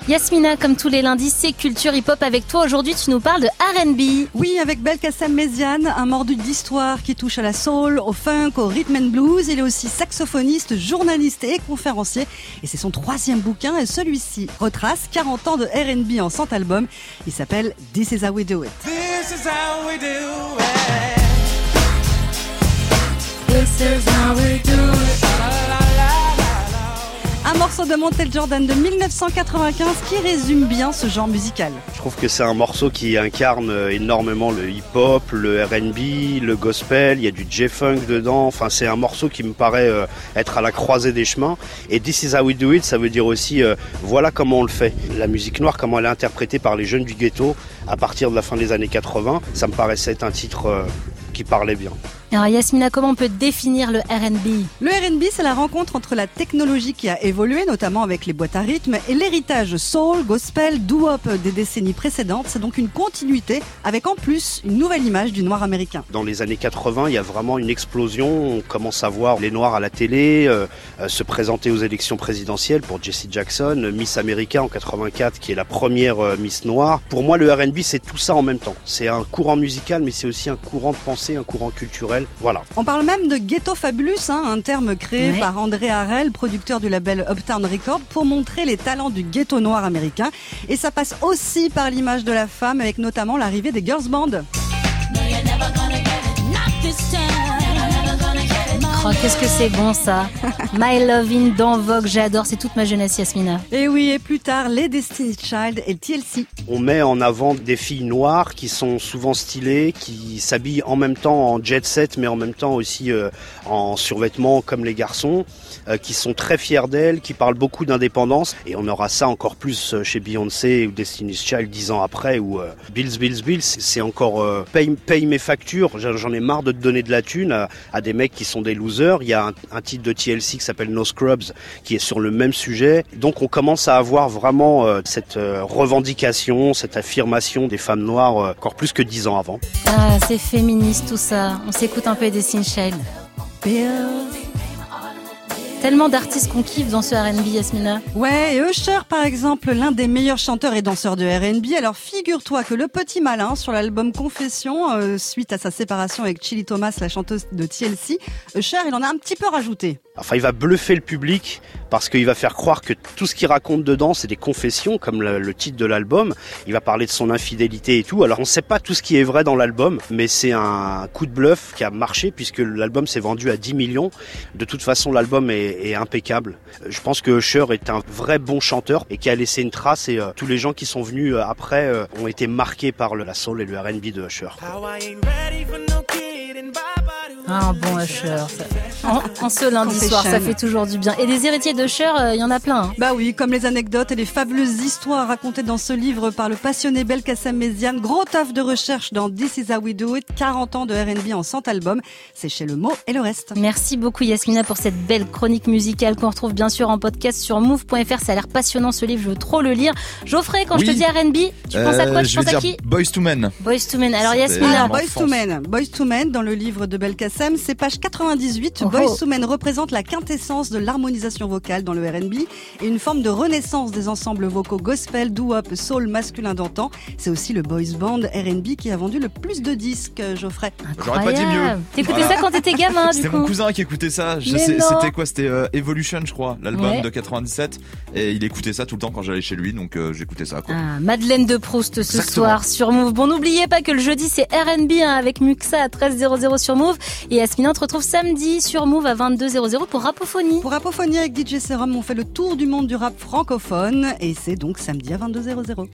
Yasmina, comme tous les lundis, c'est Culture Hip Hop avec toi. Aujourd'hui, tu nous parles de R&B. Oui, avec Belkacem Méziane, un mordu d'histoire qui touche à la soul, au funk, au rhythm and blues. Il est aussi saxophoniste, journaliste et conférencier. Et c'est son 3e bouquin. Et celui-ci retrace 40 ans de R&B en 100 albums. Il s'appelle This Is How We Do It. This is how we do it. This is how we do it. Un morceau de Montel Jordan de 1995 qui résume bien ce genre musical. Je trouve que c'est un morceau qui incarne énormément le hip-hop, le R&B, le gospel, il y a du J-Funk dedans. Enfin, c'est un morceau qui me paraît être à la croisée des chemins. Et This Is How We Do It, ça veut dire aussi voilà comment on le fait. La musique noire, comment elle est interprétée par les jeunes du ghetto à partir de la fin des années 80, ça me paraissait être un titre qui parlait bien. Alors Yasmina, comment on peut définir le R&B ? Le R&B, c'est la rencontre entre la technologie qui a évolué, notamment avec les boîtes à rythme, et l'héritage soul, gospel, doo-wop des décennies précédentes. C'est donc une continuité, avec en plus une nouvelle image du noir américain. Dans les années 80, il y a vraiment une explosion. On commence à voir les noirs à la télé, se présenter aux élections présidentielles pour Jesse Jackson, Miss America en 84, qui est la première Miss noire. Pour moi, le R&B, c'est tout ça en même temps. C'est un courant musical, mais c'est aussi un courant de pensée, un courant culturel. Voilà. On parle même de ghetto fabulous, un terme créé par André Harrell, producteur du label Uptown Records, pour montrer les talents du ghetto noir américain. Et ça passe aussi par l'image de la femme, avec notamment l'arrivée des girls band. Oh, qu'est-ce que c'est bon ça. My Lovin' dans Vogue, j'adore, c'est toute ma jeunesse Yasmina. Et oui, et plus tard, les Destiny's Child et TLC. On met en avant des filles noires qui sont souvent stylées, qui s'habillent en même temps en jet set, mais en même temps aussi en survêtements comme les garçons, qui sont très fiers d'elles, qui parlent beaucoup d'indépendance. Et on aura ça encore plus chez Beyoncé ou Destiny's Child 10 ans après, où Bills, c'est encore paye mes factures, j'en ai marre de te donner de la thune à des mecs qui sont des losers. Il y a un titre de TLC qui s'appelle No Scrubs qui est sur le même sujet. Donc on commence à avoir vraiment cette revendication, cette affirmation des femmes noires encore plus que 10 ans avant. Ah, c'est féministe tout ça. On s'écoute un peu Destiny's Child. Tellement d'artistes qu'on kiffe dans ce R&B, Yasmina. Ouais, et Usher, par exemple, l'un des meilleurs chanteurs et danseurs de R&B. Alors figure-toi que le petit malin, sur l'album Confession, suite à sa séparation avec Chili Thomas, la chanteuse de TLC, Usher, il en a un petit peu rajouté. Enfin, il va bluffer le public parce qu'il va faire croire que tout ce qu'il raconte dedans, c'est des confessions, comme le titre de l'album. Il va parler de son infidélité et tout. Alors, on ne sait pas tout ce qui est vrai dans l'album, mais c'est un coup de bluff qui a marché puisque l'album s'est vendu à 10 millions. De toute façon, l'album est impeccable. Je pense que Usher est un vrai bon chanteur et qui a laissé une trace et tous les gens qui sont venus après ont été marqués par la soul et le R&B de Usher. Ah, un bon Usher. En ce lundi soir, ça fait toujours du bien. Et des héritiers d'Usher, il y en a plein. Hein. Bah oui, comme les anecdotes et les fabuleuses histoires racontées dans ce livre par le passionné Belkacem Méziane. Gros taf de recherche dans This Is How We Do It, 40 ans de R&B en 100 albums. C'est chez Le Mot et le reste. Merci beaucoup Yasmina pour cette belle chronique musicale qu'on retrouve bien sûr en podcast sur move.fr. Ça a l'air passionnant ce livre, je veux trop le lire. Geoffrey, quand je te dis R&B, tu penses à quoi? Tu penses à qui? Boyz II Men. Boyz II Men. Alors Yasmina. Boyz II Men, dans le livre de Belkacem, c'est page 98. Boyz II Men représente la quintessence de l'harmonisation vocale dans le R&B et une forme de renaissance des ensembles vocaux gospel, doo-wop, soul masculin d'antan. C'est aussi le boys band R&B qui a vendu le plus de disques, Geoffrey. J'aurais pas dit mieux. T'écoutais ça quand t'étais gamin, du coup? C'était mon cousin qui écoutait ça. C'était quoi? C'était Evolution, je crois, l'album de 97. Et il écoutait ça tout le temps quand j'allais chez lui, donc j'écoutais ça, quoi. Ah, Madeleine de Proust ce soir sur Move. Bon, n'oubliez pas que le jeudi c'est R&B avec Muxa à 13h00 sur Move. Et Yasmina, on te retrouve samedi sur Move à 22h00 pour Rapophonie. Pour Rapophonie avec DJ Serum, on fait le tour du monde du rap francophone et c'est donc samedi à 22h00.